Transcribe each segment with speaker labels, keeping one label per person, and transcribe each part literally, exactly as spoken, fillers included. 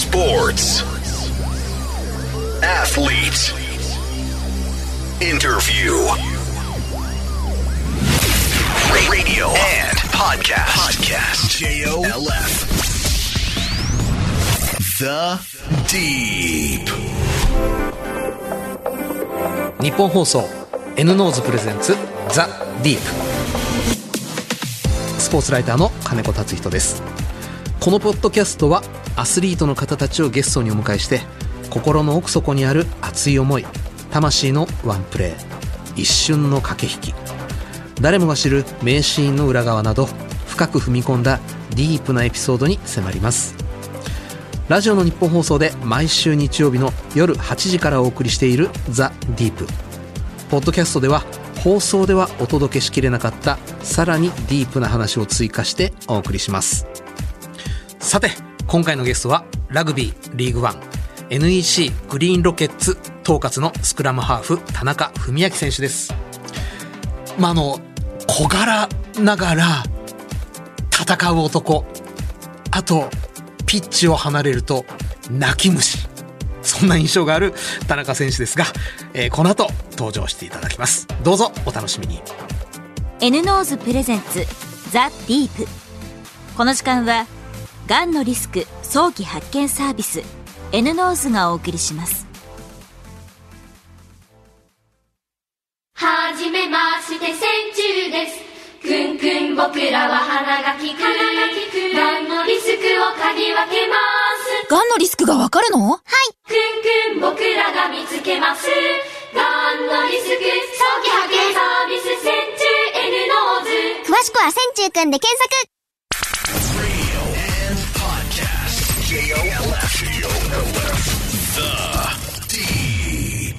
Speaker 1: Sports, Athlete, Interview, Radio and Podcast, Podcast. J O L F The Deep。
Speaker 2: 日本放送 N ノーズプレゼンツ The Deep。 スポーツライターの金子達人です。このポッドキャストはアスリートの方たちをゲストにお迎えして、心の奥底にある熱い思い、魂のワンプレー、一瞬の駆け引き、誰もが知る名シーンの裏側など、深く踏み込んだディープなエピソードに迫ります。ラジオの日本放送で毎週日曜日の夜はちじからお送りしているザ・ディープ。ポッドキャストでは放送ではお届けしきれなかったさらにディープな話を追加してお送りします。さて、今回のゲストはラグビーリーグワン エヌイーシー グリーンロケッツ統括のスクラムハーフ、田中史明選手です。まあ、あの小柄ながら戦う男、あとピッチを離れると泣き虫、そんな印象がある田中選手ですが、えー、この後登場していただきます。どうぞお楽しみに。
Speaker 3: N ノーズプレゼンツザ・ディープ。この時間はがんのリスク早期発見サービス N ノーズがお送りします。
Speaker 4: はじめまして、センチュルです。くんくん僕らは鼻が利く。がんのリスクを嗅ぎ分けます。
Speaker 5: がんのリスクがわかるの？はい。
Speaker 4: くんくん僕らが見つけます。がんのリスク早期発見サービス、センチュー N ノーズ。
Speaker 5: 詳しくはセンチューくんで検索。
Speaker 1: J O L F The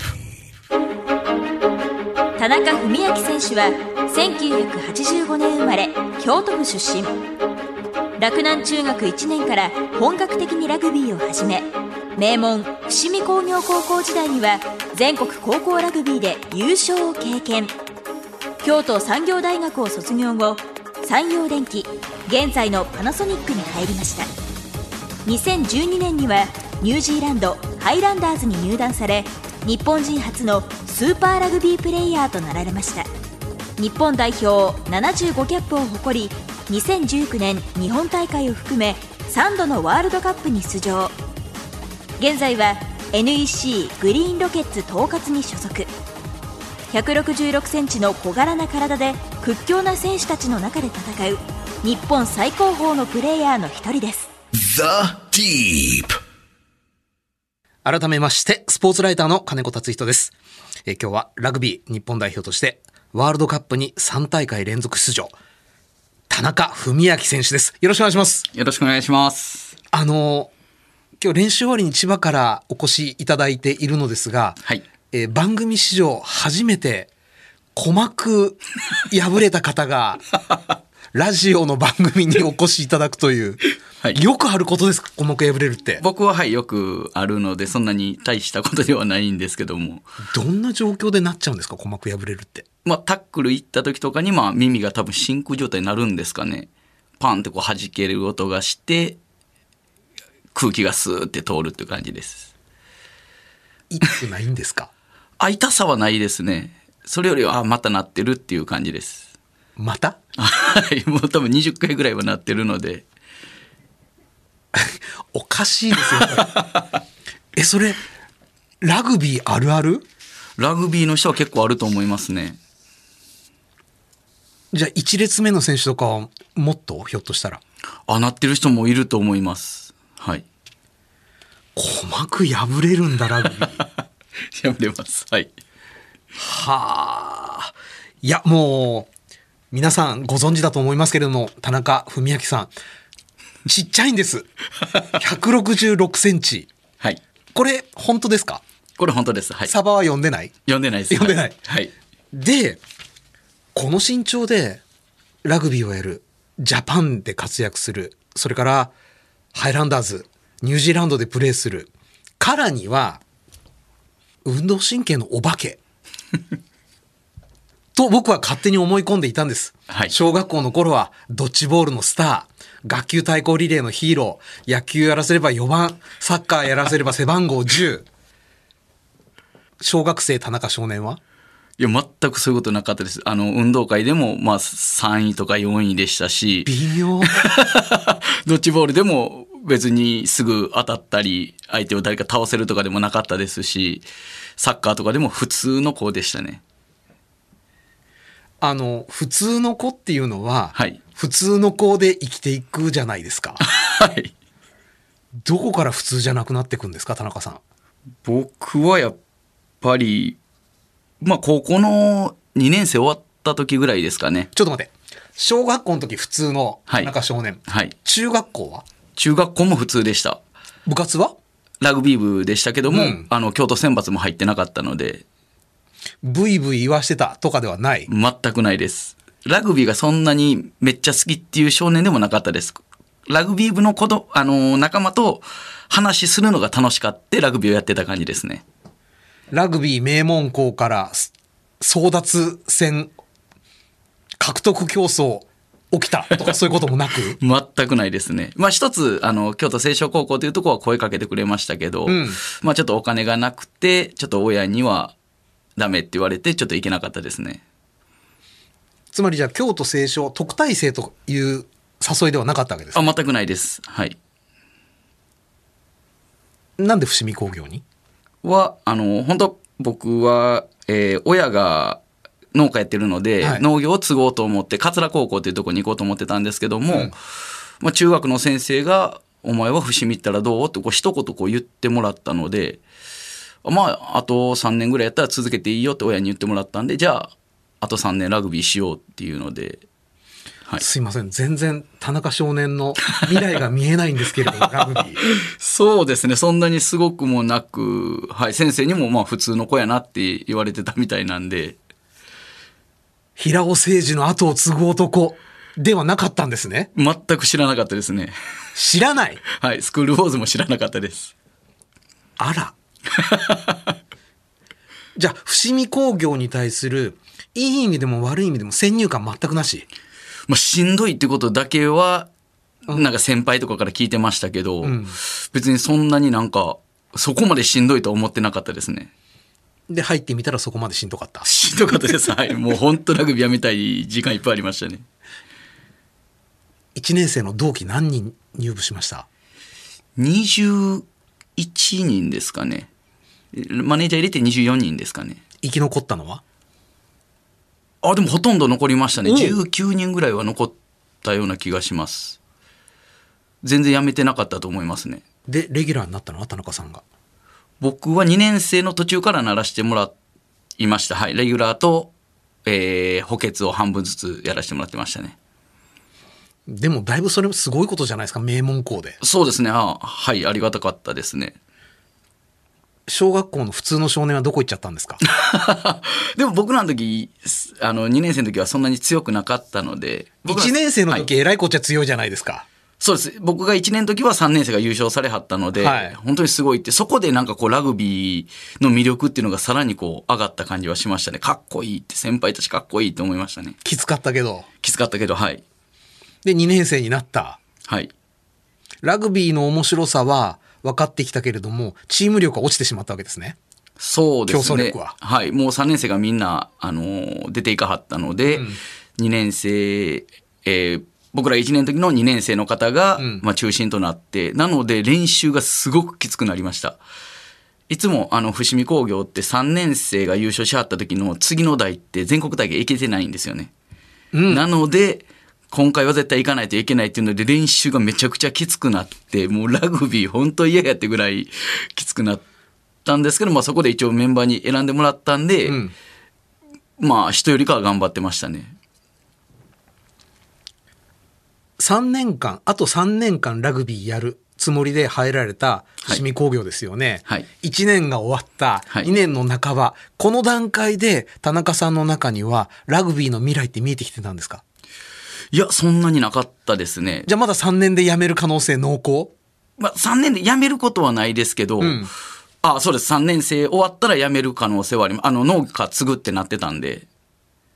Speaker 1: Deep。
Speaker 3: 田中史明選手はせんきゅうひゃくはちじゅうごねん生まれ、京都府出身。洛南中学いちねんから本格的にラグビーを始め、名門伏見工業高校時代には全国高校ラグビーで優勝を経験。京都産業大学を卒業後、山陽電機、現在のパナソニックに入りました。にせんじゅうにねんにはニュージーランドハイランダーズに入団され、日本人初のスーパーラグビープレイヤーとなられました。日本代表ななじゅうごキャップを誇り、にせんじゅうきゅうねん日本大会を含めさんどのワールドカップに出場。現在は エヌイーシー グリーンロケッツ統括に所属。ひゃくろくじゅうろくセンチの小柄な体で屈強な選手たちの中で戦う日本最高峰のプレイヤーの一人です。
Speaker 1: The Deep。
Speaker 2: 改めましてスポーツライターの金子達人です。え今日はラグビー日本代表としてワールドカップにさん大会連続出場、田中史明選手です。よろしくお願いします。
Speaker 6: よろしくお願いします。
Speaker 2: あの今日練習終わりに千葉からお越しいただいているのですが、
Speaker 6: はい、
Speaker 2: えー、番組史上初めて鼓膜破れた方がラジオの番組にお越しいただくという、はい、よくあることですか、鼓膜破れるって。
Speaker 6: 僕ははいよくあるので、そんなに大したことではないんですけども。
Speaker 2: どんな状況でなっちゃうんですか、鼓膜破れるって。
Speaker 6: まあ、タックル行った時とかに、まあ、耳が多分真空状態になるんですかね。パンってこう弾ける音がして空気がスーって通るっていう感じです。
Speaker 2: 痛くないんですか？
Speaker 6: あ、痛さはないですね。それよりはあまたなってるっていう感じです。
Speaker 2: また？
Speaker 6: はい、もう多分にじゅっかいぐらいはなってるので
Speaker 2: おかしいですよえ、それラグビーあるある？
Speaker 6: ラグビーの人は結構あると思いますね。
Speaker 2: じゃあ一列目の選手とかはもっとひょっとしたら
Speaker 6: あなってる人もいると思います。はい。
Speaker 2: 鼓膜破れるんだラグビー
Speaker 6: 破れます。はい。
Speaker 2: はあ。いやもう皆さんご存知だと思いますけれども、田中史明さんちっちゃいんですひゃくろくじゅうろくセンチ。
Speaker 6: はい。
Speaker 2: これ本当ですか？
Speaker 6: これ本当です。はい。
Speaker 2: サバは読んでない？
Speaker 6: 読んでないです。
Speaker 2: 読んでない。
Speaker 6: はい。
Speaker 2: でこの身長でラグビーをやる、ジャパンで活躍する、それからハイランダーズ、ニュージーランドでプレーするからには運動神経のお化けと僕は勝手に思い込んでいたんです。
Speaker 6: はい、
Speaker 2: 小学校の頃はドッジボールのスター、学級対抗リレーのヒーロー、野球やらせればよばん、サッカーやらせれば背番号じゅう。小学生田中少年はい
Speaker 6: や全くそういうことなかったです。あの運動会でもまあさんいとかよんいでしたし、
Speaker 2: 微妙
Speaker 6: ドッジボールでも別にすぐ当たったり相手を誰か倒せるとかでもなかったですし、サッカーとかでも普通の子でしたね。
Speaker 2: あの普通の子っていうのは、
Speaker 6: はい、
Speaker 2: 普通の子で生きていくじゃないですか。
Speaker 6: はい。
Speaker 2: どこから普通じゃなくなっていくんですか、田中さん。
Speaker 6: 僕はやっぱりまあ高校のにねん生終わった時ぐらいですかね。
Speaker 2: ちょっと待って、小学校の時普通の田中少年、
Speaker 6: はいはい、
Speaker 2: 中学校は？
Speaker 6: 中学校も普通でした。
Speaker 2: 部活は？
Speaker 6: ラグビー部でしたけども、うん、あの京都選抜も入ってなかったので。
Speaker 2: ブイブイ言わしてたとかではない？
Speaker 6: 全くないです。ラグビーがそんなにめっちゃ好きっていう少年でもなかったです。ラグビー部の子ど、あの仲間と話するのが楽しかってラグビーをやってた感じですね。
Speaker 2: ラグビー名門校から争奪戦獲得競争起きたとかそういうこともなく
Speaker 6: 全くないですね。まあ一つあの京都青少高校というところは声かけてくれましたけど、うん、まあちょっとお金がなくてちょっと親にはダメって言われてちょっと行けなかったですね。
Speaker 2: つまりじゃあ京都青少特待生という誘いではなかったわけですか？
Speaker 6: あ、全くないです。はい。
Speaker 2: なんで伏見工業に
Speaker 6: はあの本当僕は、えー、親が農家やってるので、はい、農業を継ごうと思って桂高校というところに行こうと思ってたんですけども、うんまあ、中学の先生がお前は伏見行ったらどうってこう一言こう言ってもらったので、まああとさんねんぐらいやったら続けていいよって親に言ってもらったんで、じゃああとさんねんラグビーしようっていうので、はい、
Speaker 2: すいません全然田中少年の未来が見えないんですけれどもラグビー
Speaker 6: そうですね、そんなにすごくもなく、はい、先生にもまあ普通の子やなって言われてたみたいなんで。
Speaker 2: 平尾誠二の後を継ぐ男ではなかったんですね。
Speaker 6: 全く知らなかったですね。
Speaker 2: 知らない？
Speaker 6: はい、スクールウォーズも知らなかったです。
Speaker 2: あらじゃあ伏見工業に対するいい意味でも悪い意味でも先入観全くなし？
Speaker 6: まあ、しんどいってことだけはなんか先輩とかから聞いてましたけど、うん、別にそんなになんかそこまでしんどいとは思ってなかったですね。
Speaker 2: で入ってみたらそこまでしんどかった？
Speaker 6: しんどかったですはい、もう本当ラグビーやめたい時間いっぱいありましたね。
Speaker 2: いちねん生の同期何人入部しました？
Speaker 6: にじゅういちにんですかね。マネージャー入れてにじゅうよにんですかね。
Speaker 2: 生き残ったのは？
Speaker 6: あ、でもほとんど残りましたね。じゅうきゅうにんぐらいは残ったような気がします。全然辞めてなかったと思いますね。
Speaker 2: でレギュラーになったのは田中さんが？
Speaker 6: 僕はにねん生の途中からならしてもらいました。はい、レギュラーと、えー、補欠を半分ずつやらせてもらってましたね。
Speaker 2: でもだいぶそれもすごいことじゃないですか、名門校で。
Speaker 6: そうですね。あ、はい、ありがたかったですね。
Speaker 2: 小学校の普通の少年はどこ行っちゃったんですか？
Speaker 6: でも僕らの時あのにねん生の時はそんなに強くなかったので。
Speaker 2: いちねん生の時、はい、えらいこっちゃ強いじゃないですか。
Speaker 6: そうです。僕がいちねんの時はさんねん生が優勝されはったので、はい、本当にすごいって、そこでなんかこうラグビーの魅力っていうのがさらにこう上がった感じはしましたね。かっこいいって、先輩たちかっこいいって思いましたね。
Speaker 2: きつかったけど。
Speaker 6: きつかったけど、はい。
Speaker 2: でにねん生になった。
Speaker 6: はい。
Speaker 2: ラグビーの面白さは分かってきたけれども、チーム力が落ちてしまったわけですね。
Speaker 6: そうですね。
Speaker 2: 競争力は。
Speaker 6: はい。もうさんねん生がみんな、あのー、出ていかはったので、うん、にねん生、えー僕らいちねんの時のにねん生の方が、うんまあ、中心となって、なので練習がすごくきつくなりました。いつもあの伏見工業ってさんねん生が優勝しはった時の次の代って全国大会行けてないんですよね、うん、なので今回は絶対行かないといけないっていうので練習がめちゃくちゃきつくなって、もうラグビー本当嫌やってぐらいきつくなったんですけど、まあ、そこで一応メンバーに選んでもらったんで、うん、まあ人よりかは頑張ってましたね。
Speaker 2: さんねんかん、あとさんねんかんラグビーやるつもりで入られた伏見工業ですよね、はいはい、いちねんが終わった、はい、にねんの半ば、この段階で田中さんの中にはラグビーの未来って見えてきてたんですか？
Speaker 6: いや、そんなになかったですね。
Speaker 2: じゃあまださんねんで辞める可能性濃厚？
Speaker 6: まあ、さんねんで辞めることはないですけど、うん、あ、そうです。さんねん生終わったら辞める可能性はあります。あの農家継ぐってなってたんで。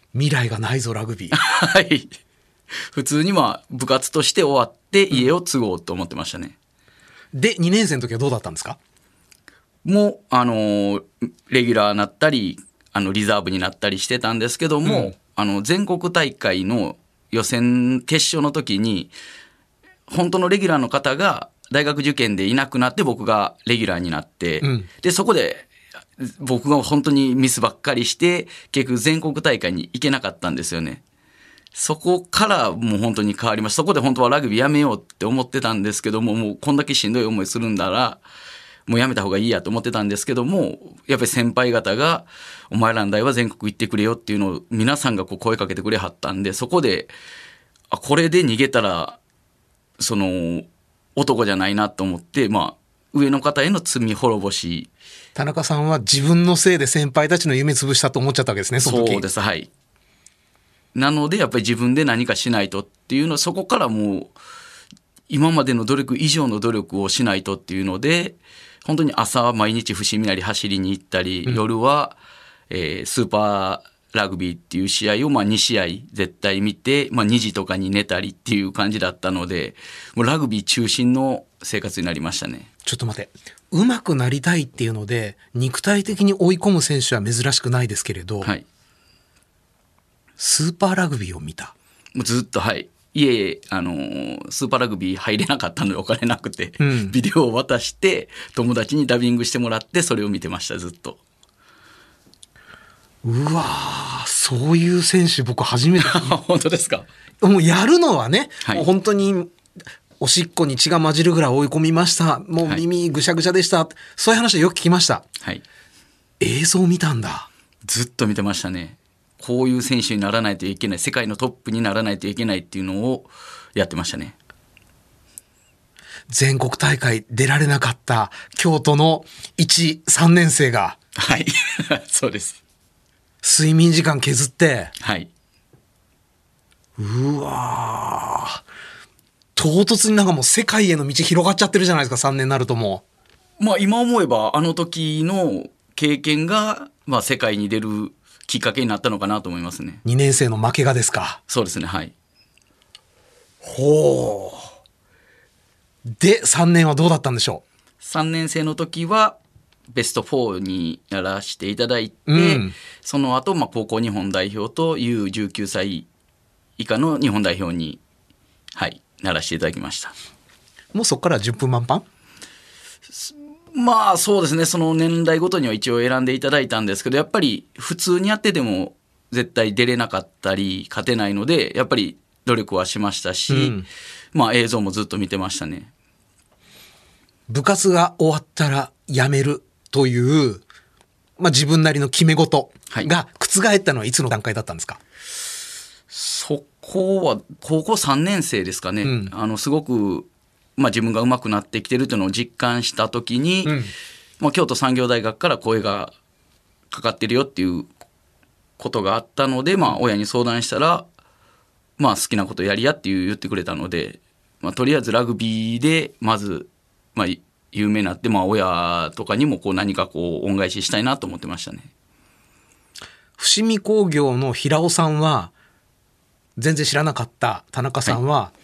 Speaker 2: 未来がないぞラグビー。
Speaker 6: はい。普通にまあ部活として終わって家を継ごうと思ってましたね。
Speaker 2: うん、でにねん生の時はどうだったんですか？
Speaker 6: もうあのレギュラーになったりあのリザーブになったりしてたんですけども、うん、あの全国大会の予選決勝の時に本当のレギュラーの方が大学受験でいなくなって僕がレギュラーになって、うん、でそこで僕が本当にミスばっかりして結局全国大会に行けなかったんですよね。そこからもう本当に変わりました。そこで本当はラグビーやめようって思ってたんですけども、もうこんだけしんどい思いするんだらもうやめた方がいいやと思ってたんですけども、やっぱり先輩方がお前らの代は全国行ってくれよっていうのを皆さんがこう声かけてくれはったんで、そこであこれで逃げたらその男じゃないなと思って、まあ上の方への罪滅ぼし。
Speaker 2: 田中さんは自分のせいで先輩たちの夢潰したと思っちゃったわけですね、その時。
Speaker 6: そうです、はい。なのでやっぱり自分で何かしないとっていうの、そこからもう今までの努力以上の努力をしないとっていうので、本当に朝は毎日伏見なり走りに行ったり、うん、夜は、えー、スーパーラグビーっていう試合をまあに試合絶対見て、まあ、にじとかに寝たりっていう感じだったので、もうラグビー中心の生活になりましたね。
Speaker 2: ちょっと待って、上手くなりたいっていうので肉体的に追い込む選手は珍しくないですけれど、はい、スーパーラグビーを見た。
Speaker 6: もうずっと、はい。家、あのー、スーパーラグビー入れなかったのでお金なくて、うん、ビデオを渡して友達にダビングしてもらってそれを見てました、ずっと。
Speaker 2: うわー、そういう選手僕初めて
Speaker 6: 本当ですか？
Speaker 2: もうやるのはね、はい、もう本当におしっこに血が混じるぐらい追い込みました、もう耳ぐしゃぐしゃでした、はい、そういう話はよく聞きました、はい、映像見たんだ。
Speaker 6: ずっと見てましたね。こういう選手にならないといけない、世界のトップにならないといけないっていうのをやってましたね。
Speaker 2: 全国大会出られなかった京都のいち、さんねん生が、
Speaker 6: はいそうです。
Speaker 2: 睡眠時間削って、
Speaker 6: はい、
Speaker 2: うわ唐突になんかもう世界への道広がっちゃってるじゃないですか、さんねんになると。も
Speaker 6: うまあ今思えばあの時の経験が、まあ、世界に出るきっかけになったのかなと思いますね。
Speaker 2: にねん生の負けがですか？
Speaker 6: そうですね、はい。
Speaker 2: ほう。でさんねんはどうだったんでしょう？
Speaker 6: さんねん生の時はベストフォーにならせていただいて、うん、その後、まあ高校日本代表と ユーじゅうきゅう 歳以下の日本代表に、はい、ならせていただきました。
Speaker 2: もうそこからじゅっぷん満帆？
Speaker 6: まあそうですね、その年代ごとには一応選んでいただいたんですけど、やっぱり普通にやってても絶対出れなかったり勝てないので、やっぱり努力はしましたし、うん、まあ映像もずっと見てましたね。
Speaker 2: 部活が終わったら辞めるという、まあ、自分なりの決め事が覆ったのはいつの段階だったんですか？はい、
Speaker 6: そこは高校さんねん生ですかね。うん、あのすごく、まあ、自分が上手くなってきてるというのを実感した時に、うん、まあ、京都産業大学から声がかかってるよっていうことがあったので、まあ、親に相談したら、まあ、好きなことやりやっていう言ってくれたので、まあ、とりあえずラグビーでまず、まあ、有名になって、まあ、親とかにもこう何かこう恩返ししたいなと思ってましたね。
Speaker 2: 伏見工業の平尾さんは全然知らなかった。田中さんは、はい、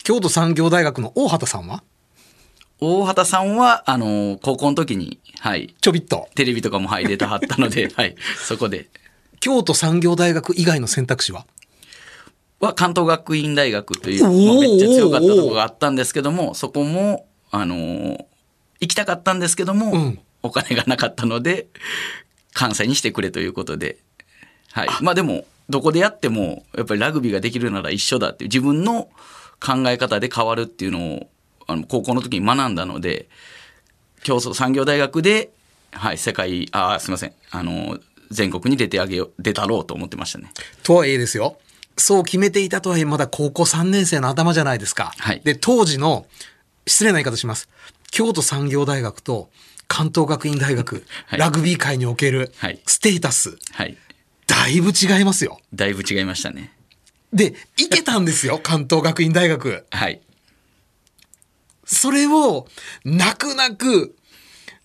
Speaker 2: 京都産業大学の大畑さんは
Speaker 6: 大畑さんはあの高校の時に、はい、
Speaker 2: ちょびっと
Speaker 6: テレビとかも入れたはったので、はい、そこで。
Speaker 2: 京都産業大学以外の選択肢は
Speaker 6: は関東学院大学という、まあ、めっちゃ強かったところがあったんですけども、そこもあのー、行きたかったんですけども、うん、お金がなかったので関西にしてくれということで、はい、まあでもどこでやってもやっぱりラグビーができるなら一緒だっていう自分の考え方で変わるっていうのをあの高校の時に学んだので、京都産業大学で、はい、世界あすいませんあの全国に出てあげよ出たろうと思ってましたね。
Speaker 2: とはいえですよ、そう決めていたとはいえまだ高校さんねん生の頭じゃないですか。はい、で当時の失礼な言い方します、京都産業大学と関東学院大学、はい、ラグビー界におけるステータス、はい、だいぶ違いますよ。
Speaker 6: だいぶ違いましたね。
Speaker 2: で行けたんですよ関東学院大学。
Speaker 6: はい。
Speaker 2: それを泣く泣く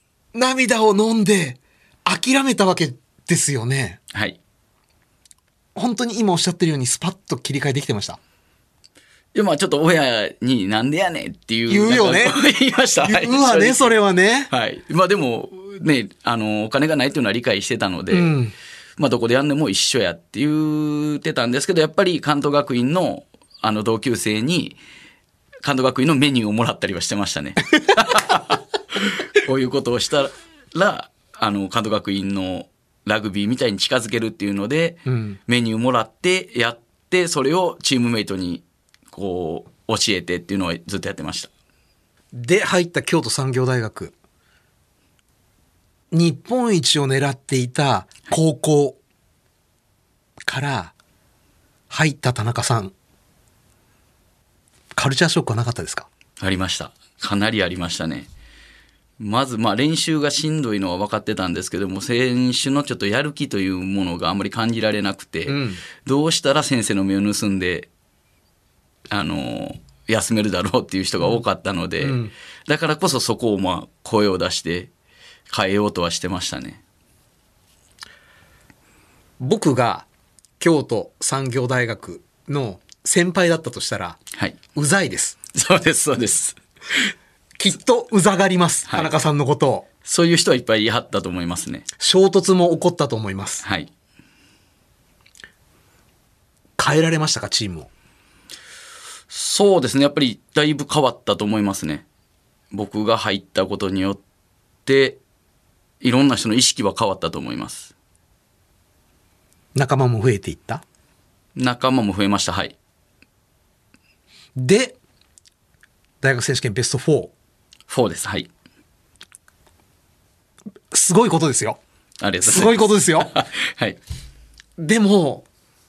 Speaker 2: 涙を飲んで諦めたわけですよね。
Speaker 6: はい。
Speaker 2: 本当に今おっしゃってるようにスパッと切り替えできてました？
Speaker 6: いやまあちょっと親になんでやねんっていう
Speaker 2: 言うよね。
Speaker 6: 言いました。
Speaker 2: 言うわね、それはね。
Speaker 6: はい。まあでもね、あのお金がないっていうのは理解してたので、うん、まあどこでやんでも一緒やって言ってたんですけど、やっぱり関東学院のあの同級生に関東学院のメニューをもらったりはしてましたね。こういうことをしたらあの関東学院のラグビーみたいに近づけるっていうので、うん、メニューもらってやって、それをチームメイトにこう教えてっていうのをずっとやってました。
Speaker 2: で入った京都産業大学、日本一を狙っていた高校から入った田中さん、カルチャーショックはなかったですか？
Speaker 6: ありました。かなりありましたね。まずまあ練習がしんどいのは分かってたんですけども、選手のちょっとやる気というものがあんまり感じられなくて、うん、どうしたら先生の目を盗んであの休めるだろうっていう人が多かったので、うん、だからこそそこをまあ声を出して変えようとはしてましたね。
Speaker 2: 僕が京都産業大学の先輩だったとしたら、はい、うざいです。
Speaker 6: そうですそうです。
Speaker 2: きっとうざがります、はい、田中さんのことを。
Speaker 6: そういう人はいっぱいいはったと思いますね。
Speaker 2: 衝突も起こったと思います。
Speaker 6: はい。
Speaker 2: 変えられましたか、チームを？
Speaker 6: そうですね、やっぱりだいぶ変わったと思いますね。僕が入ったことによっていろんな人の意識は変わったと思います。
Speaker 2: 仲間も増えていった？
Speaker 6: 仲間も増えました。はい。
Speaker 2: で大学選手権ベストフォー。
Speaker 6: フォーです。はい。
Speaker 2: すごいことですよ。
Speaker 6: ありがとうございます。
Speaker 2: すごいことですよ。
Speaker 6: はい。
Speaker 2: でも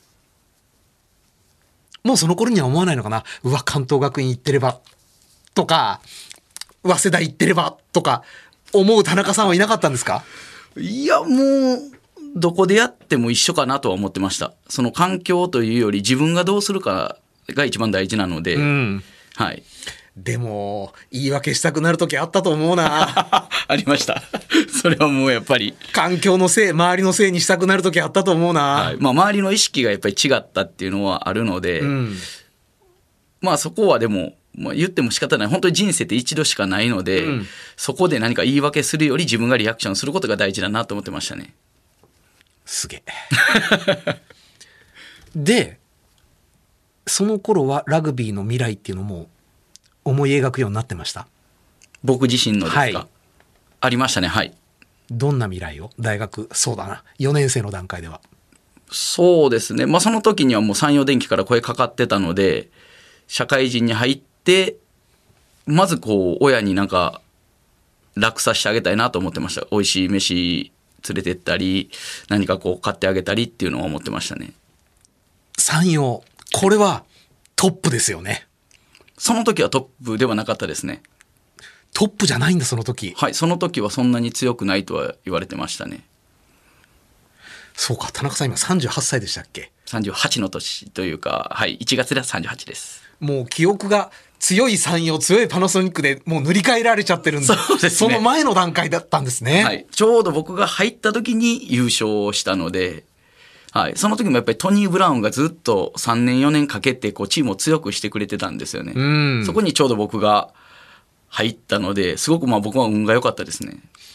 Speaker 2: もうその頃には思わないのかな。うわ、関東学院行ってればとか早稲田行ってればとか思う田中さんはいなかったんですか？
Speaker 6: いや、もうどこでやっても一緒かなとは思ってました。その環境というより自分がどうするかが一番大事なので、うん、はい。
Speaker 2: でも言い訳したくなる時あったと思うな。
Speaker 6: ありました。それはもうやっぱり
Speaker 2: 環境のせい、周りのせいにしたくなる時あったと思うな、
Speaker 6: はい。まあ、周りの意識がやっぱり違ったっていうのはあるので、うん、まあそこはでも、まあ、言っても仕方ない。本当に人生って一度しかないので、うん、そこで何か言い訳するより自分がリアクションすることが大事だなと思ってましたね。
Speaker 2: すげえ。でその頃はラグビーの未来っていうのも思い描くようになってました？
Speaker 6: 僕自身のですか？はい、ありましたね。はい。
Speaker 2: どんな未来を？大学、そうだな、よねん生の段階では。
Speaker 6: そうですね、まあ、その時にはもう山陽電機から声かかってたので、社会人に入ってまずこう親になんか楽させてあげたいなと思ってました。美味しい飯連れてったり何かこう買ってあげたりっていうのは思ってましたね。
Speaker 2: 山陽、これはトップですよね。
Speaker 6: その時はトップではなかったですね。
Speaker 2: トップじゃないんだ、その時。
Speaker 6: はい、その時はそんなに強くないとは言われてましたね。
Speaker 2: そうか、田中さん今さんじゅうはっさいでしたっけ？
Speaker 6: さんじゅうはちの年というか、はい、いちがつではさんじゅうはちです。
Speaker 2: もう記憶が強い山陽、強いパナソニックでもう塗り替えられちゃってるんで、
Speaker 6: そうですね、
Speaker 2: その前の段階だったんですね。
Speaker 6: はい、ちょうど僕が入った時に優勝したので、はい、その時もやっぱりトニー・ブラウンがずっとさんねんよねんかけてこうチームを強くしてくれてたんですよね。うん、そこにちょうど僕が入ったので、すごくまあ僕は運が良かったですね。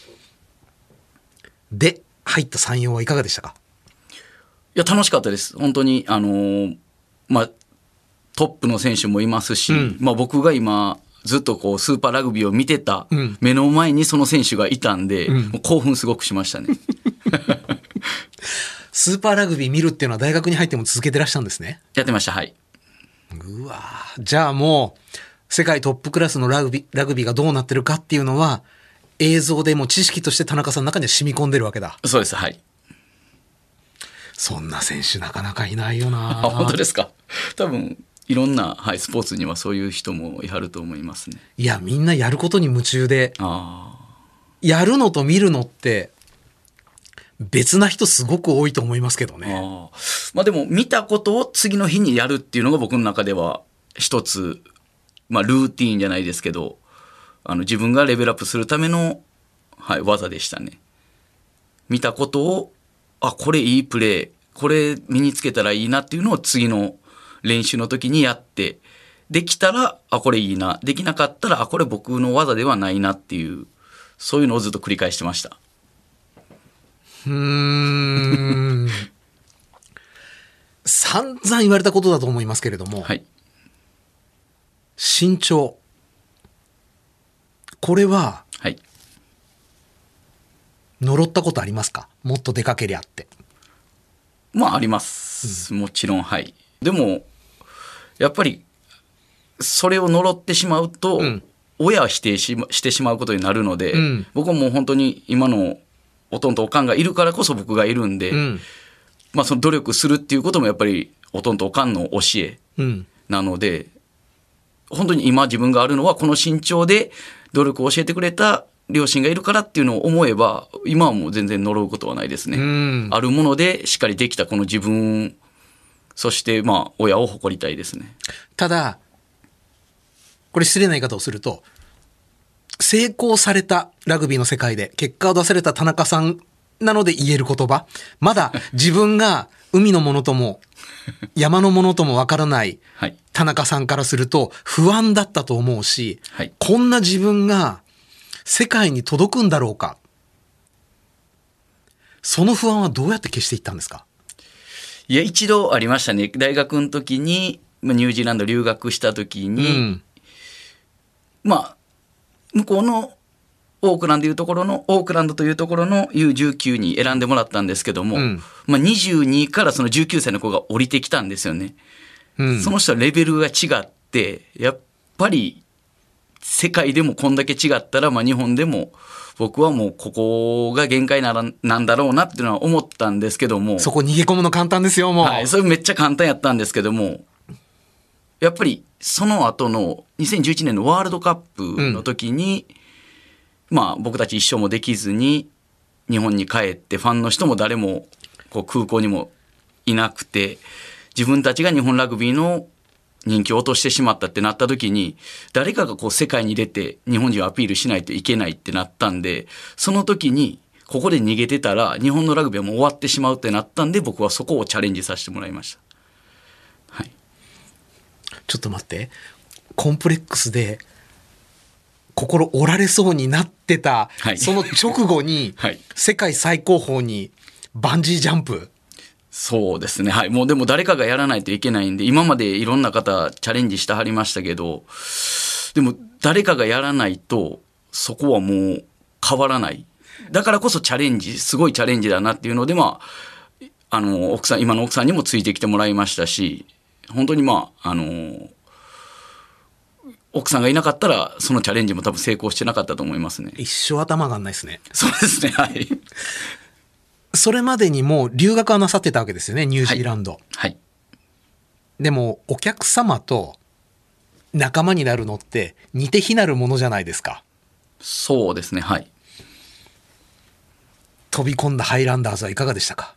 Speaker 2: で入った山陽はいかがでしたか？
Speaker 6: いや、楽しかったです。本当にあのー、まあトップの選手もいますし、うん、まあ、僕が今ずっとこうスーパーラグビーを見てた目の前にその選手がいたんで、うん、もう興奮すごくしましたね。
Speaker 2: スーパーラグビー見るっていうのは大学に入っても続けてらっしゃるんですね。
Speaker 6: やってました。はい。
Speaker 2: うわ、じゃあもう世界トップクラスのラグビー、ラグビーがどうなってるかっていうのは映像でも知識として田中さんの中には染み込んでるわけだ。
Speaker 6: そうです。はい。
Speaker 2: そんな選手なかなかいないよな。
Speaker 6: あ、本当ですか？多分いろんな、はい、スポーツにはそういう人もいはると思いますね。
Speaker 2: いや、みんなやることに夢中で、あ、やるのと見るのって別な人すごく多いと思いますけどね。
Speaker 6: あ、まあ、でも見たことを次の日にやるっていうのが僕の中では一つ、まあ、ルーティーンじゃないですけど、あの自分がレベルアップするための、はい、技でしたね。見たことを、あ、これいいプレー、 これ身につけたらいいなっていうのを次の練習の時にやって、できたらあこれいいな、できなかったらあこれ僕の技ではないなっていう、そういうのをずっと繰り返してました。
Speaker 2: うーん散々言われたことだと思いますけれども、
Speaker 6: はい、
Speaker 2: 身長、これは
Speaker 6: はい
Speaker 2: 呪ったことありますか？もっとでかけりゃって。
Speaker 6: まああります、うん、もちろん。はい。でもやっぱりそれを呪ってしまうと、うん、親は否定 し, してしまうことになるので、うん、僕はもう本当に今のおとんとおかんがいるからこそ僕がいるんで、うん、まあその努力するっていうこともやっぱりおとんとおかんの教えなので、うん、本当に今自分があるのはこの身長で努力を教えてくれた両親がいるからっていうのを思えば、今はもう全然呪うことはないですね。うん、あるものでしっかりできたこの自分、そしてまあ親を誇りたいですね。
Speaker 2: ただこれ失礼な言い方をすると、成功されたラグビーの世界で結果を出された田中さんなので言える言葉、まだ自分が海のものとも山のものともわからない田中さんからすると不安だったと思うし、はい、こんな自分が世界に届くんだろうか、その不安はどうやって消していったんですか？
Speaker 6: いや、一度ありましたね。大学の時にニュージーランド留学した時に、うん、まあ向こうのオークランドというところのオークランドというところの ユーじゅうきゅう に選んでもらったんですけども、うん、まあ、にじゅうにからそのじゅうきゅうさいの子が降りてきたんですよね。うん、その人はレベルが違って、やっぱり世界でもこんだけ違ったら、まあ、日本でも僕はもうここが限界ならなんだろうなっていうのは思ったんですけども、
Speaker 2: そこ逃げ込むの簡単ですよもう。
Speaker 6: はい、それめっちゃ簡単やったんですけども、やっぱりその後のにせんじゅういちねんのワールドカップの時に、うん、まあ僕たち一勝もできずに日本に帰って、ファンの人も誰もこう空港にもいなくて、自分たちが日本ラグビーの人気を落としてしまったってなった時に、誰かがこう世界に出て日本人をアピールしないといけないってなったんで、その時にここで逃げてたら日本のラグビーはもう終わってしまうってなったんで、僕はそこをチャレンジさせてもらいました。はい。
Speaker 2: ちょっと待って、コンプレックスで心折られそうになってた、はい、その直後に世界最高峰にバンジージャンプ。
Speaker 6: そうですね。はい。もうでも誰かがやらないといけないんで、今までいろんな方チャレンジしてはりましたけど、でも誰かがやらないとそこはもう変わらない。だからこそチャレンジ、すごいチャレンジだなっていうので、まあ、あの、奥さん、今の奥さんにもついてきてもらいましたし、本当にまあ、あの、奥さんがいなかったらそのチャレンジも多分成功してなかったと思いますね。
Speaker 2: 一生頭がんないですね。
Speaker 6: そうですね。はい。
Speaker 2: それまでにも留学はなさってたわけですよね、ニュージーランド。はい。はい、でもお客様と仲間になるのって似て非なるものじゃないですか。
Speaker 6: そうですね。はい。
Speaker 2: 飛び込んだハイランダーズはいかがでしたか？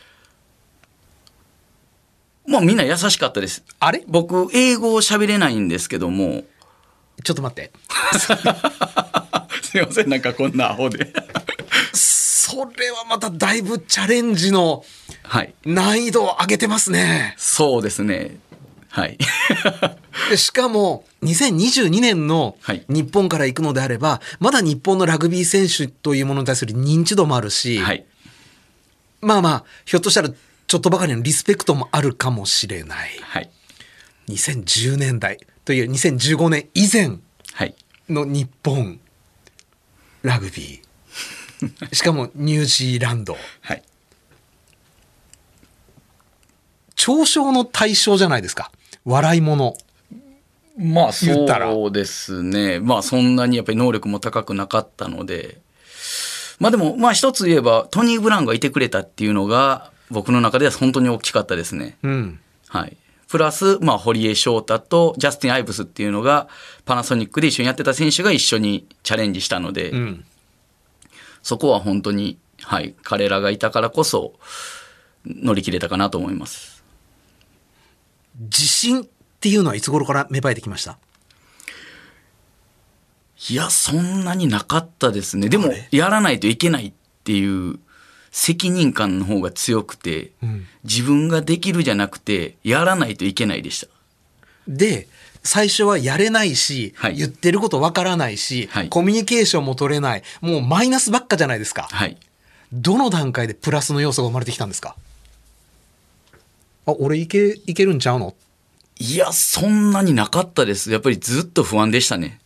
Speaker 6: もうみんな優しかったです。
Speaker 2: あれ？
Speaker 6: 僕英語を喋れないんですけども。
Speaker 2: ちょっと待って。
Speaker 6: すいません、なんかこんなアホで。
Speaker 2: それはまただいぶチャレンジの難易度を上げてますね。はい、
Speaker 6: そうですね。はい。
Speaker 2: でしかもにせんにじゅうにねんの日本から行くのであれば、まだ日本のラグビー選手というものに対する認知度もあるし、はい、まあまあひょっとしたらちょっとばかりのリスペクトもあるかもしれない。はい、にせんじゅうねんだいというにせんじゅうごねん以前の日本ラグビー。しかもニュージーランド、はい、嘲笑の対象じゃないですか。笑い物。
Speaker 6: まあそうですね。まあそんなにやっぱり能力も高くなかったので、まあでもまあ一つ言えばトニー・ブラウンがいてくれたっていうのが僕の中では本当に大きかったですね。うん、はい。プラスまあ堀江翔太とジャスティン・アイブスっていうのがパナソニックで一緒にやってた選手が一緒にチャレンジしたので。うん、そこは本当に、はい、彼らがいたからこそ乗り切れたかなと思います。
Speaker 2: 自信っていうのはいつ頃から芽生えてきました？
Speaker 6: いや、そんなになかったですね。でもやらないといけないっていう責任感の方が強くて、うん、自分ができるじゃなくてやらないといけないでした。
Speaker 2: で最初はやれないし、はい、言ってることわからないし、はい、コミュニケーションも取れない、もうマイナスばっかじゃないですか、はい、どの段階でプラスの要素が生まれてきたんですか？あ、俺いけ、いけるんちゃうの？
Speaker 6: いや、そんなになかったです。やっぱりずっと不安でしたね。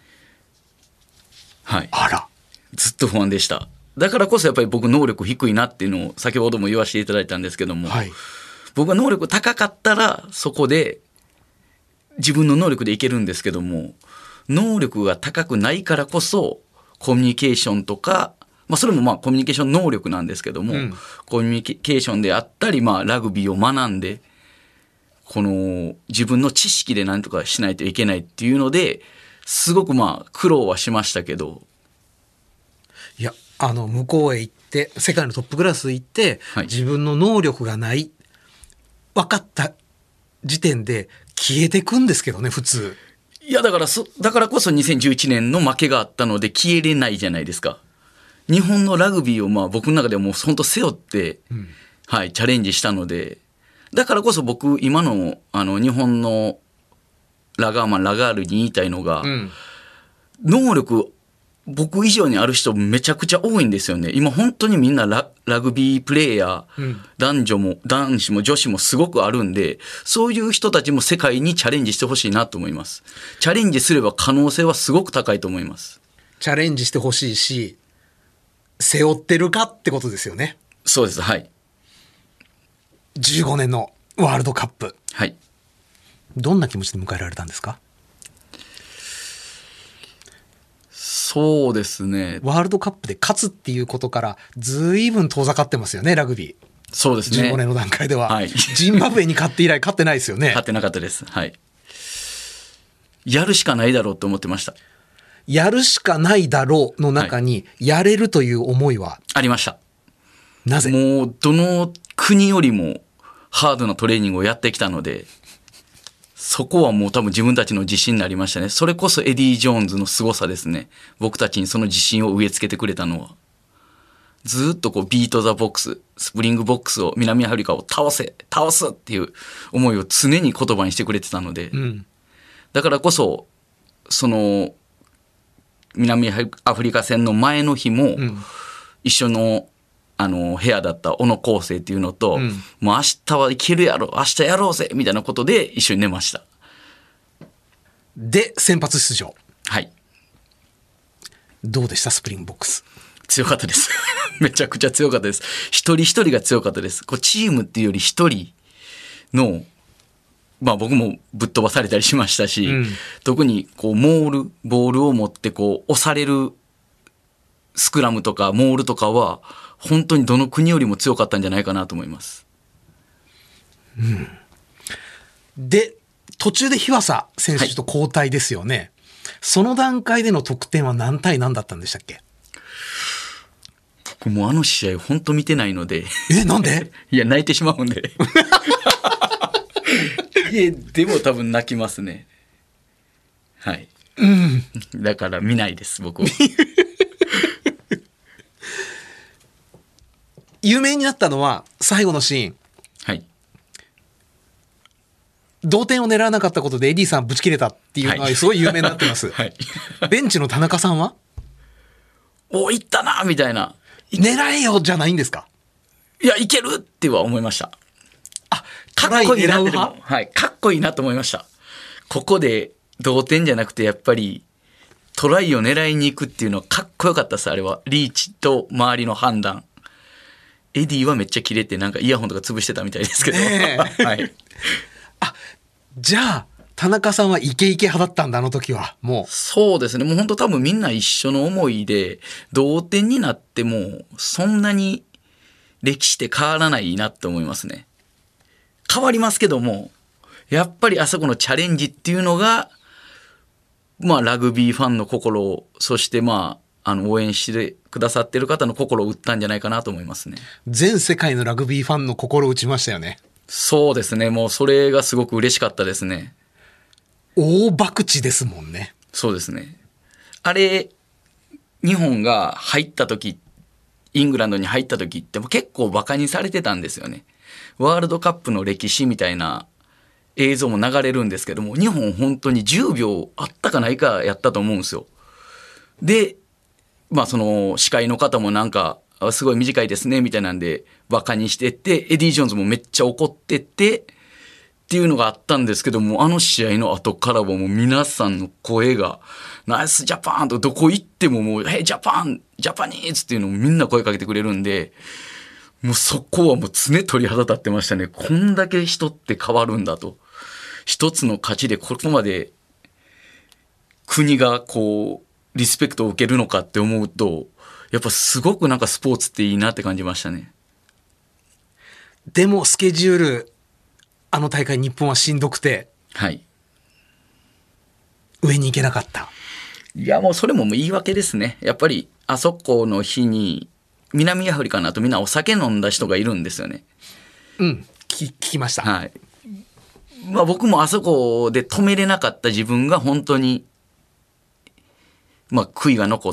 Speaker 6: はい。
Speaker 2: あら。
Speaker 6: ずっと不安でした。だからこそやっぱり僕能力低いなっていうのを先ほども言わせていただいたんですけども、はい、僕が能力高かったらそこで自分の能力でいけるんですけども、能力が高くないからこそコミュニケーションとか、まあ、それもまあコミュニケーション能力なんですけども、うん、コミュニケーションであったり、まあラグビーを学んでこの自分の知識で何とかしないといけないっていうのですごくまあ苦労はしましたけど、
Speaker 2: いや、あの向こうへ行って世界のトップクラス行って、はい、自分の能力がない分かった時点で消えてくんですけどね、普通。
Speaker 6: いや、だからそだからこそにせんじゅういちねんの負けがあったので消えれないじゃないですか。日本のラグビーをまあ僕の中ではもう本当背負って、うん、はい、チャレンジしたので、だからこそ僕今のあの日本のラガーマンラガールに言いたいのが、うん、能力僕以上にある人めちゃくちゃ多いんですよね。今本当にみんな ラ, ラグビープレーヤー、うん、男女も男子も女子もすごくあるんで、そういう人たちも世界にチャレンジしてほしいなと思います。チャレンジすれば可能性はすごく高いと思います。
Speaker 2: チャレンジしてほしいし、背負ってるかってことですよね。
Speaker 6: そうです。はい。
Speaker 2: じゅうごねんのワールドカップ、
Speaker 6: はい、
Speaker 2: どんな気持ちで迎えられたんですか？
Speaker 6: そうですね、
Speaker 2: ワールドカップで勝つっていうことからずいぶん遠ざかってますよね、ラグビー。
Speaker 6: そうですね、
Speaker 2: じゅうごねんの段階では、
Speaker 6: はい、
Speaker 2: ジンバブエに勝って以来勝ってないですよね。
Speaker 6: 勝ってなかったです。はい。やるしかないだろうと思ってました。
Speaker 2: やるしかないだろうの中に、はい、やれるという思いは
Speaker 6: ありました。
Speaker 2: なぜ？
Speaker 6: もうどの国よりもハードなトレーニングをやってきたので、そこはもう多分自分たちの自信になりましたね。それこそエディ・ジョーンズの凄さですね。僕たちにその自信を植え付けてくれたのは。ずっとこうビート・ザ・ボックス、スプリングボックスを、南アフリカを倒せ、倒すっていう思いを常に言葉にしてくれてたので、うん、だからこそその南アフリカ戦の前の日も、うん、一緒のあの部屋だった小野康生っていうのと、うん、もう明日はいけるやろ、明日やろうぜみたいなことで一緒に寝ました。
Speaker 2: で先発出場。
Speaker 6: はい。
Speaker 2: どうでした？スプリングボックス。
Speaker 6: 強かったですめちゃくちゃ強かったです。一人一人が強かったです。こうチームっていうより一人の、まあ僕もぶっ飛ばされたりしましたし、うん、特にこうモールボールを持ってこう押されるスクラムとかモールとかは本当にどの国よりも強かったんじゃないかなと思います。
Speaker 2: うん、で途中で日和佐選手と交代ですよね、はい、その段階での得点は何対何だったんでしたっけ？
Speaker 6: 僕もうあの試合本当見てないので。
Speaker 2: え、なんで？
Speaker 6: いや泣いてしまうんでいやでも多分泣きますね。はい、うん、だから見ないです僕は
Speaker 2: 有名になったのは最後のシーン、
Speaker 6: はい、
Speaker 2: 同点を狙わなかったことでエディさんぶち切れたっていうのはすごい有名になってます、はい、ベンチの田中さんは
Speaker 6: おいったなみたいな、
Speaker 2: 狙えよじゃないんですか？
Speaker 6: いやいけるっては思いました。あ、かっこいいなっても、はい、かっこいいなと思いました。ここで同点じゃなくてやっぱりトライを狙いに行くっていうのはかっこよかったです。あれはリーチと周りの判断。エディはめっちゃキレてなんかイヤホンとか潰してたみたいですけど、ねはい、
Speaker 2: あ、じゃあ田中さんはイケイケ派だったんだあの時は。もう
Speaker 6: そうですね、もう本当多分みんな一緒の思いで、同点になってもそんなに歴史って変わらないなって思いますね。変わりますけどもやっぱりあそこのチャレンジっていうのがまあラグビーファンの心を、そしてまああの応援してくださってる方の心を打ったんじゃないかなと思いますね。
Speaker 2: 全世界のラグビーファンの心を打ちましたよね。
Speaker 6: そうですね、もうそれがすごく嬉しかったですね。
Speaker 2: 大博打ですもんね。
Speaker 6: そうですね。あれ日本が入った時イングランドに入った時っても結構バカにされてたんですよね。ワールドカップの歴史みたいな映像も流れるんですけども、日本本当にじゅうびょうあったかないかやったと思うんですよ。で、まあその司会の方もなんかすごい短いですねみたいなんでバカにしてって、エディ・ジョーンズもめっちゃ怒ってってっていうのがあったんですけども、あの試合の後からはもう皆さんの声がナイスジャパンとどこ行ってももうヘイジャパンジャパニーズっていうのをみんな声かけてくれるんで、もうそこはもう常鳥肌立ってましたね。こんだけ人って変わるんだと。一つの勝ちでここまで国がこうリスペクトを受けるのかって思うと、やっぱすごくなんかスポーツっていいなって感じましたね。
Speaker 2: でもスケジュール、あの大会日本はしんどくて、
Speaker 6: はい、
Speaker 2: 上に行けなかった。
Speaker 6: いやもうそれももう言い訳ですね。やっぱりあそこの日に南アフリカの後みんなお酒飲んだ人がいるんですよね。
Speaker 2: うん聞, 聞きました。
Speaker 6: はい。まあ僕もあそこで止めれなかった自分が本当にまあ悔いが残って、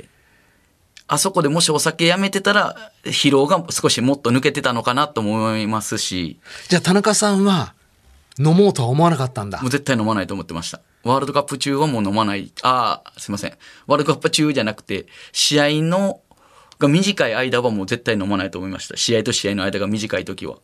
Speaker 6: あそこでもしお酒やめてたら疲労が少しもっと抜けてたのかなと思いますし。
Speaker 2: じゃあ田中さんは飲もうとは思わなかったんだ。
Speaker 6: もう絶対飲まないと思ってました。ワールドカップ中はもう飲まない。ああすいません、ワールドカップ中じゃなくて試合のが短い間はもう絶対飲まないと思いました。試合と試合の間が短い時は。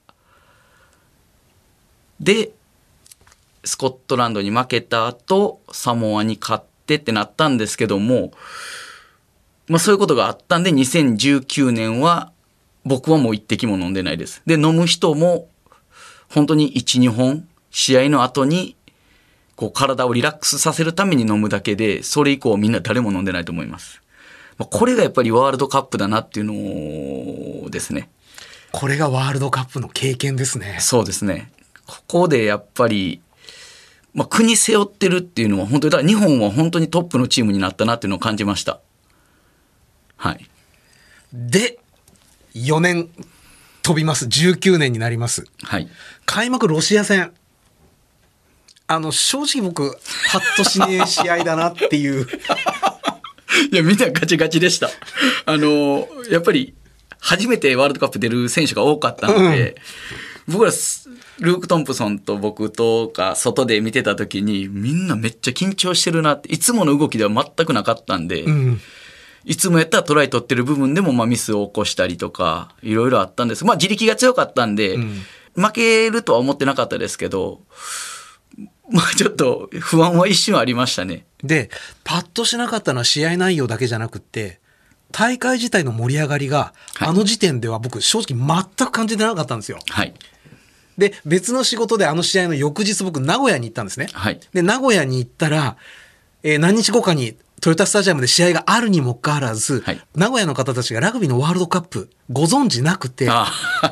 Speaker 6: でスコットランドに負けた後サモアに勝ってってなったんですけども、まあそういうことがあったんでにせんじゅうきゅうねんは僕はもう一滴も飲んでないです。で飲む人も本当にいち、にほん試合の後にこう体をリラックスさせるために飲むだけで、それ以降みんな誰も飲んでないと思います。まあ、これがやっぱりワールドカップだなっていうのですね。
Speaker 2: これがワールドカップの経験ですね。
Speaker 6: そうですね。ここでやっぱりまあ、国背負ってるっていうのは本当にだから日本は本当にトップのチームになったなっていうのを感じました。はい。
Speaker 2: でよねん飛びます。じゅうきゅうねんになります。
Speaker 6: はい。
Speaker 2: 開幕ロシア戦。あの正直僕ハッとしねえ試合だなっていう。
Speaker 6: いやみんなガチガチでした。あのやっぱり初めてワールドカップ出る選手が多かったので、うん、僕らルーク・トンプソンと僕とか外で見てた時にみんなめっちゃ緊張してるなって、いつもの動きでは全くなかったんで、うん、いつもやったらトライ取ってる部分でもまあミスを起こしたりとかいろいろあったんです。まあ自力が強かったんで、うん、負けるとは思ってなかったですけど、まあちょっと不安は一瞬ありましたね。
Speaker 2: でパッとしなかったのは試合内容だけじゃなくって大会自体の盛り上がりが、はい、あの時点では僕正直全く感じてなかったんですよ。
Speaker 6: はい。
Speaker 2: で別の仕事であの試合の翌日僕名古屋に行ったんですね。
Speaker 6: はい、
Speaker 2: で名古屋に行ったら、えー、何日後かにトヨタスタジアムで試合があるにもかかわらず、はい、名古屋の方たちがラグビーのワールドカップご存知なくて、はい、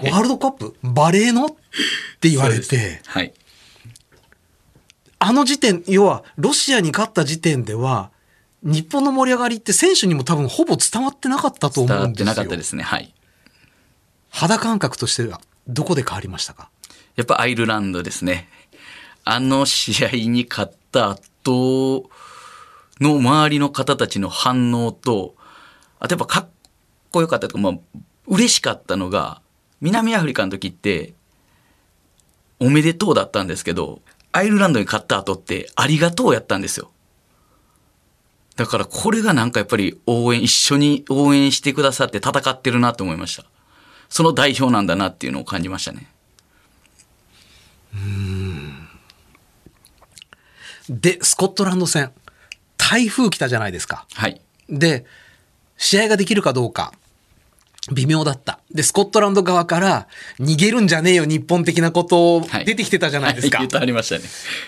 Speaker 2: ワールドカップバレーのって言われて、
Speaker 6: はい、
Speaker 2: あの時点要はロシアに勝った時点では日本の盛り上がりって選手にも多分ほぼ伝わってなかったと思うんですよ。
Speaker 6: 伝わってなかったですね。はい。
Speaker 2: 肌感覚としてはどこで変わりましたか？
Speaker 6: やっぱアイルランドですね。あの試合に勝った後の周りの方たちの反応と、あとやっぱかっこよかったとか、まあ嬉しかったのが、南アフリカの時っておめでとうだったんですけど、アイルランドに勝った後ってありがとうやったんですよ。だからこれがなんかやっぱり応援、一緒に応援してくださって戦ってるなと思いました。その代表なんだなっていうのを感じましたね。
Speaker 2: うーん。でスコットランド戦台風来たじゃないですか。
Speaker 6: はい。
Speaker 2: で試合ができるかどうか微妙だった。でスコットランド側から逃げるんじゃねえよ日本的なことを出てきてたじゃないですか。
Speaker 6: はいはい、言ってありましたね。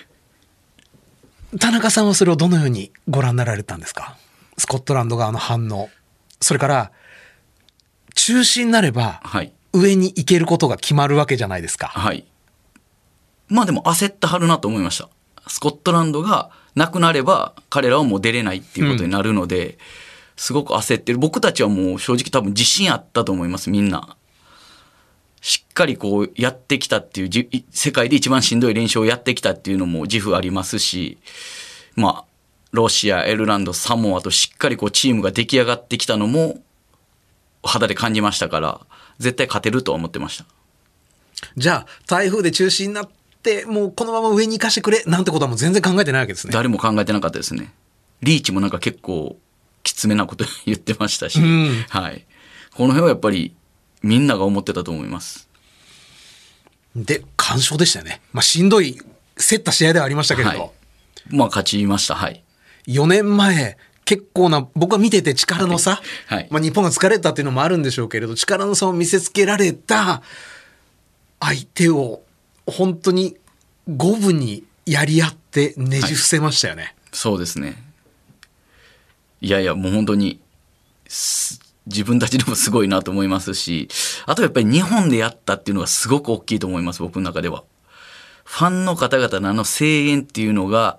Speaker 2: 田中さんはそれをどのようにご覧になられたんですか？スコットランド側の反応、それから中止になれば上に行けることが決まるわけじゃないですか。
Speaker 6: はい。まあでも焦ってはるなと思いました。スコットランドがなくなれば彼らはもう出れないっていうことになるので、うん、すごく焦ってる。僕たちはもう正直多分自信あったと思います。みんなしっかりこうやってきたっていう、世界で一番しんどい練習をやってきたっていうのも自負ありますし、まあロシア、アイルランド、サモアとしっかりこうチームが出来上がってきたのも肌で感じましたから、絶対勝てると思ってました。
Speaker 2: じゃあ台風で中止になってもうこのまま上に行かしてくれなんてことはもう全然考えてないわけですね。
Speaker 6: 誰も考えてなかったですね。リーチもなんか結構きつめなこと言ってましたし、
Speaker 2: うん、
Speaker 6: はい、この辺はやっぱりみんなが思ってたと思います。
Speaker 2: で完勝でしたよね。まあ、しんどい競った試合ではありましたけれど、
Speaker 6: はい、まあ勝ちました。はい。
Speaker 2: よねんまえ結構な僕は見てて力の差、
Speaker 6: はいはい、
Speaker 2: まあ、日本が疲れたっていうのもあるんでしょうけれど力の差を見せつけられた相手を本当に五分にやり合ってねじ伏せましたよね。はい、
Speaker 6: そうですね。いやいやもう本当に自分たちでもすごいなと思いますし、あとやっぱり日本でやったっていうのがすごく大きいと思います。僕の中ではファンの方々のあの声援っていうのが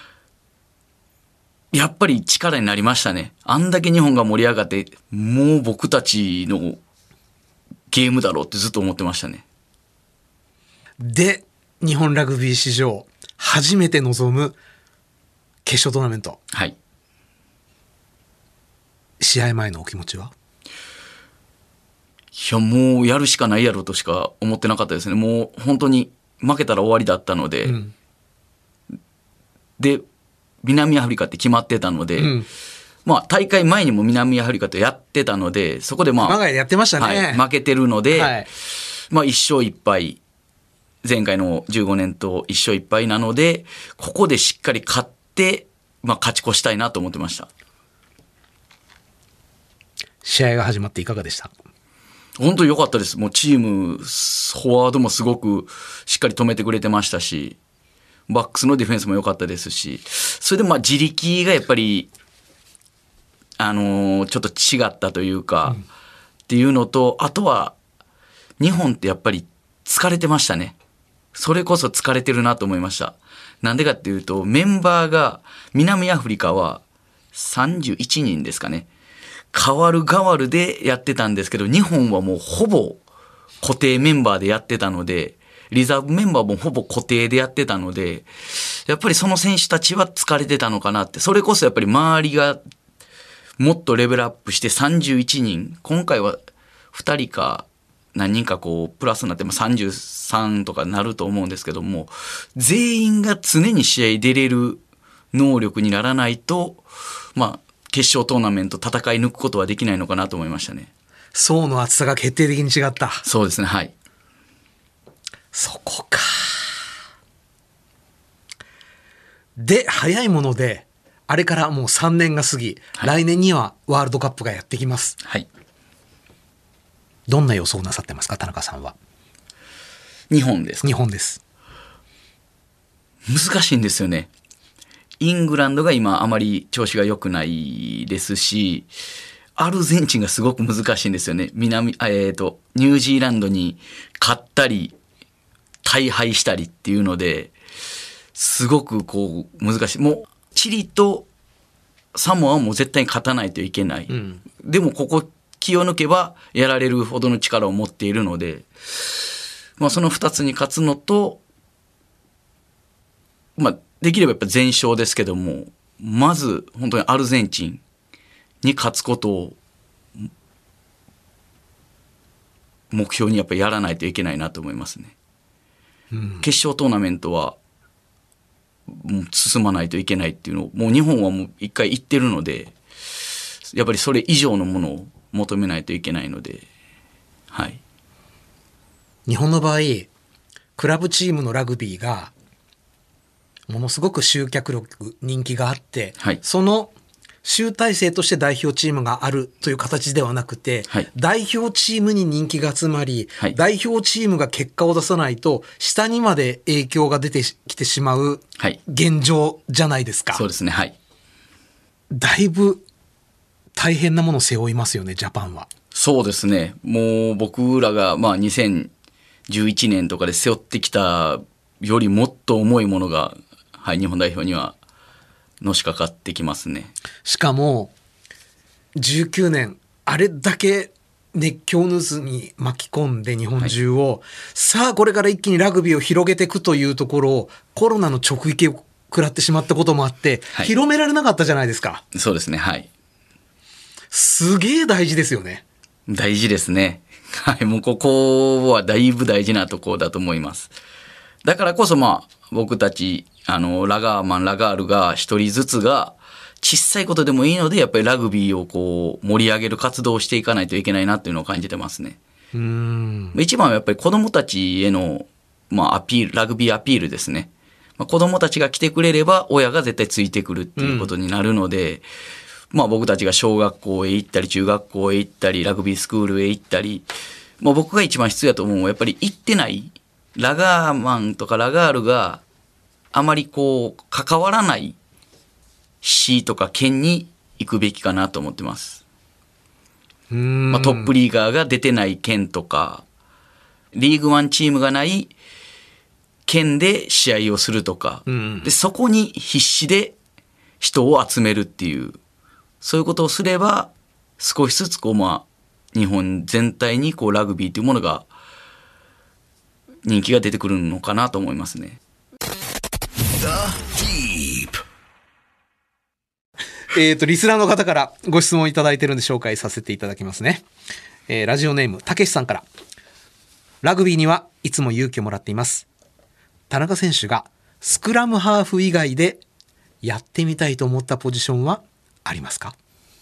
Speaker 6: やっぱり力になりましたね。あんだけ日本が盛り上がってもう僕たちのゲームだろうってずっと思ってましたね。
Speaker 2: で日本ラグビー史上初めて臨む決勝トーナメント、
Speaker 6: はい、
Speaker 2: 試合前のお気持ちは？
Speaker 6: いやもうやるしかないやろとしか思ってなかったですね。もう本当に負けたら終わりだったので、うん、で南アフリカって決まってたので、うん、まあ大会前にも南アフリカとやってたので、そこでまあ
Speaker 2: 我が家でやってましたね、
Speaker 6: はい、負けてるので、
Speaker 2: はい、
Speaker 6: まあ一勝一敗、前回のじゅうごねんと一勝一敗なので、ここでしっかり勝って、まあ勝ち越したいなと思ってました。
Speaker 2: 試合が始まっていかがでした？
Speaker 6: 本当に良かったです。もうチームフォワードもすごくしっかり止めてくれてましたし、バックスのディフェンスも良かったですし、それでまあ自力がやっぱりあのー、ちょっと違ったというか、うん、っていうのと、あとは日本ってやっぱり疲れてましたね。それこそ疲れてるなと思いました。なんでかっていうと、メンバーが南アフリカはさんじゅういちにんですかね。変わる変わるでやってたんですけど、日本はもうほぼ固定メンバーでやってたので、リザーブメンバーもほぼ固定でやってたので、やっぱりその選手たちは疲れてたのかなって。それこそやっぱり周りがもっとレベルアップしてさんじゅういちにん、今回はふたりか何人かこうプラスになってもさんじゅうさんとかなると思うんですけども、全員が常に試合出れる能力にならないと、まあ決勝トーナメント戦い抜くことはできないのかなと思いましたね。
Speaker 2: 層の厚さが決定的に違った。
Speaker 6: そうですね、はい。
Speaker 2: そこか。で早いものであれからもうさんねんが過ぎ、はい、来年にはワールドカップがやってきます。
Speaker 6: はい。
Speaker 2: どんな予想なさってますか、田中さんは？
Speaker 6: 日本ですか？
Speaker 2: 日本です。
Speaker 6: 難しいんですよね。イングランドが今あまり調子が良くないですし、アルゼンチンがすごく難しいんですよね。南、えーと、ニュージーランドに勝ったり大敗したりっていうので、すごくこう難しい。もうチリとサモアも絶対に勝たないといけない。うん、でもここ気を抜けばやられるほどの力を持っているので、まあそのふたつに勝つのと、まあできればやっぱ全勝ですけども、まず本当にアルゼンチンに勝つことを目標にやっぱりやらないといけないなと思いますね。うん、決勝トーナメントはもう進まないといけないっていうのをもう日本はもう一回言ってるので、やっぱりそれ以上のものを求めないといけないので、はい。
Speaker 2: 日本の場合、クラブチームのラグビーがものすごく集客力、人気があって、はい、その集大成として代表チームがあるという形ではなくて、はい、代表チームに人気が集まり、はい、代表チームが結果を出さないと下にまで影響が出てきてしまう現状じゃないですか。
Speaker 6: そうですね、はい。
Speaker 2: だいぶ大変なものを背負いますよね、ジャパンは。
Speaker 6: そうですね。もう僕らがまあにせんじゅういちねんとかで背負ってきたよりもっと重いものが、はい、日本代表にはのしかかってきますね。
Speaker 2: しかもじゅうきゅうねんあれだけ熱狂渦に巻き込んで日本中を、はい、さあこれから一気にラグビーを広げていくというところをコロナの直撃を食らってしまったこともあって、はい、広められなかったじゃないですか。
Speaker 6: そうですね、はい。
Speaker 2: すげえ大事ですよね。
Speaker 6: 大事ですね。はい、もうここはだいぶ大事なところだと思います。だからこそまあ僕たちあのラガーマンラガールが一人ずつが小さいことでもいいのでやっぱりラグビーをこう盛り上げる活動をしていかないといけないなっていうのを感じてますね。
Speaker 2: うーん、
Speaker 6: 一番はやっぱり子どもたちへの、まあ、アピールラグビーアピールですね。まあ、子どもたちが来てくれれば親が絶対ついてくるっていうことになるので、うんまあ、僕たちが小学校へ行ったり中学校へ行ったりラグビースクールへ行ったり、まあ、僕が一番必要だと思うのはやっぱり行ってないラガーマンとかラガールがあまりこう関わらない市とか県に行くべきかなと思ってます。
Speaker 2: うーん、
Speaker 6: まあ、トップリーガーが出てない県とかリーグワンチームがない県で試合をするとか、
Speaker 2: うん、
Speaker 6: でそこに必死で人を集めるっていうそういうことをすれば少しずつこう、まあ、日本全体にこうラグビーというものが人気が出てくるのかなと思いますね。
Speaker 2: えっとリスナーの方からご質問いただいてるんで紹介させていただきますね。えー、ラジオネームたけしさんから、ラグビーにはいつも勇気をもらっています。田中選手がスクラムハーフ以外でやってみたいと思ったポジションはありますか？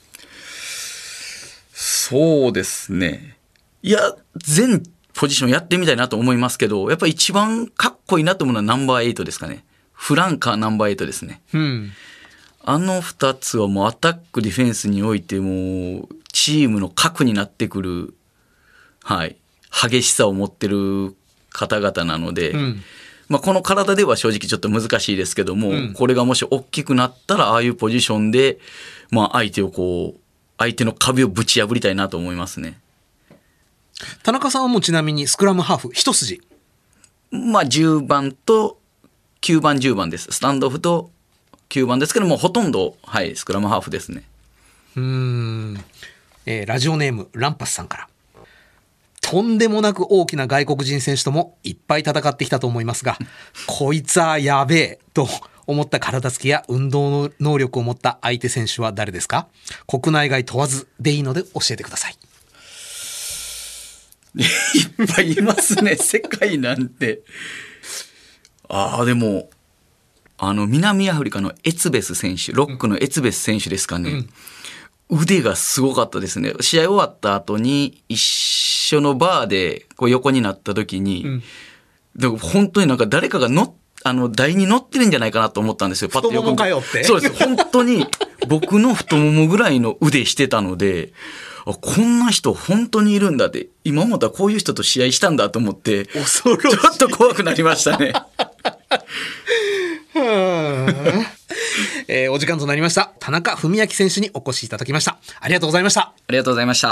Speaker 6: そうですね。いや全ポジションやってみたいなと思いますけど、やっぱり一番かっこいいなと思うのはナンバーエイトですかね。フランカーナンバーエイトですね。
Speaker 2: うん、
Speaker 6: あのふたつはもうアタックディフェンスにおいてもうチームの核になってくる、はい、激しさを持ってる方々なので、
Speaker 2: うん
Speaker 6: まあ、この体では正直ちょっと難しいですけども、うん、これがもし大きくなったらああいうポジションで、まあ、相手をこう相手の壁をぶち破りたいなと思いますね。
Speaker 2: 田中さんはもうちなみにスクラムハーフ一筋、
Speaker 6: まあ、じゅうばんときゅうばんじゅうばんです。スタンドオフときゅうばんですけどもほとんど、はい、スクラムハーフですね。
Speaker 2: うーん、えー、ラジオネームランパスさんから、とんでもなく大きな外国人選手ともいっぱい戦ってきたと思いますがこいつはやべえと思った体つきや運動の能力を持った相手選手は誰ですか？国内外問わずでいいので教えてください。
Speaker 6: いっぱいいますね世界なんて。ああでもあの南アフリカのエツベス選手、ロックのエツベス選手ですかね、うん、腕がすごかったですね。試合終わった後に一緒のバーでこう横になった時に、うん、でも本当になんか誰かが乗っあの台に乗ってるんじゃないかなと思ったんですよ。パッと横に
Speaker 2: 太ももかよって。
Speaker 6: そうです。本当に僕の太ももぐらいの腕してたのであこんな人本当にいるんだって、今までこういう人と試合したんだと思って
Speaker 2: 恐ろしい、
Speaker 6: ちょっと怖くなりましたね
Speaker 2: えー、お時間となりました。田中史朗選手にお越しいただきました。ありがとうございました。
Speaker 6: ありがとうございました。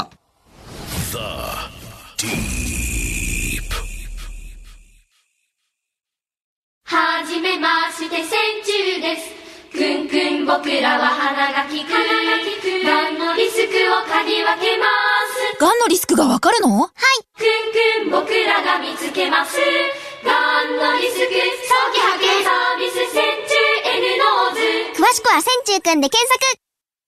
Speaker 4: はじめまして千中です。くんくん僕らは鼻が利く。がんのリスクを嗅ぎ分けます。
Speaker 5: がんのリスクがわかるの？はい。
Speaker 4: くんくん僕らが見つけます。がんのリスク早期発見サービス千中 N ノーズ。
Speaker 5: 詳しくは千中くんで検索。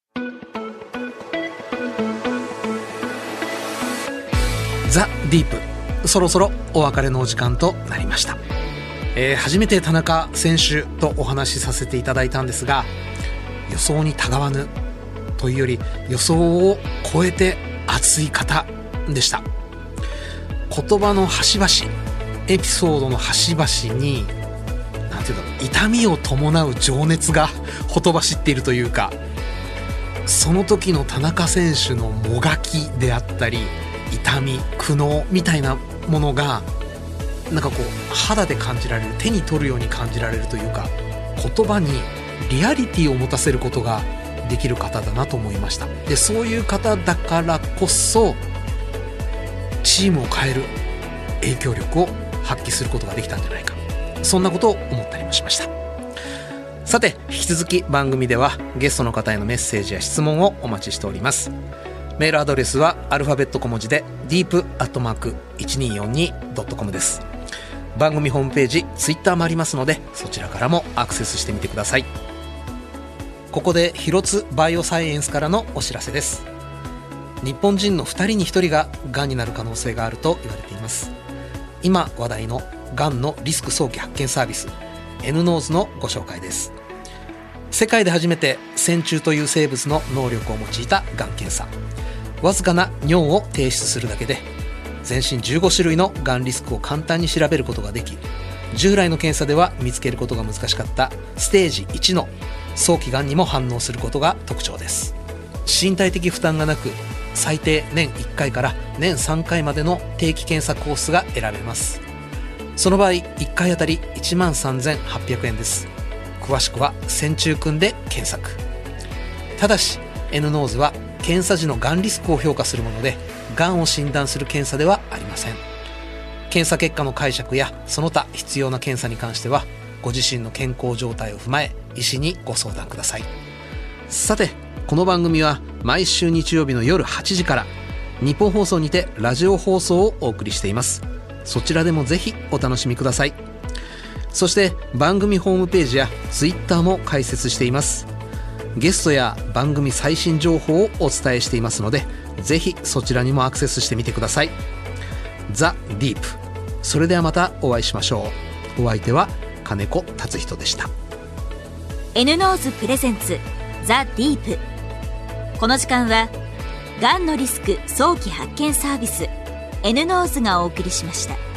Speaker 2: ザ・ディープ、そろそろお別れのお時間となりました。えー、初めて田中選手とお話しさせていただいたんですが、予想にたがわぬというより予想を超えて熱い方でした。言葉の端々、エピソードの端々になんていうの、痛みを伴う情熱がほとばしっているというか、その時の田中選手のもがきであったり痛み、苦悩みたいなものがなんかこう肌で感じられる、手に取るように感じられるというか、言葉にリアリティを持たせることができる方だなと思いました。でそういう方だからこそチームを変える影響力を発揮することができたんじゃないか、そんなことを思ったりもしました。さて引き続き番組ではゲストの方へのメッセージや質問をお待ちしております。メールアドレスはアルファベット小文字で ディープアットマークいちにーよんにドットコム です。番組ホームページ、ツイッターもありますのでそちらからもアクセスしてみてください。ここで広津バイオサイエンスからのお知らせです。 日本人のふたりにひとりががんになる可能性があると言われています。今話題のがんのリスク早期発見サービス N ノーズのご紹介です。世界で初めて線虫という生物の能力を用いたがん検査。わずかな尿を提出するだけで全身じゅうごしゅるいのがんリスクを簡単に調べることができ、従来の検査では見つけることが難しかったステージいちの早期がんにも反応することが特徴です。身体的負担がなく、最低年いっかいから年さんかいまでの定期検査コースが選べます。その場合いっかいあたりいちまんさんぜんはっぴゃくえんです。詳しくは線虫くんで検索。ただし N ノーズは検査時のがんリスクを評価するもので、がんを診断する検査ではありません。検査結果の解釈やその他必要な検査に関しては、ご自身の健康状態を踏まえ医師にご相談ください。さて、この番組は毎週日曜日の夜はちじから日本放送にてラジオ放送をお送りしています。そちらでもぜひお楽しみください。そして番組ホームページやツイッターも開設しています。ゲストや番組最新情報をお伝えしていますので、ぜひそちらにもアクセスしてみてください。ザ・ディープ。それではまたお会いしましょう。お相手は金子達人でした。
Speaker 3: N ノーズプレゼンツザ・ディープ。この時間はがんのリスク早期発見サービス N ノーズがお送りしました。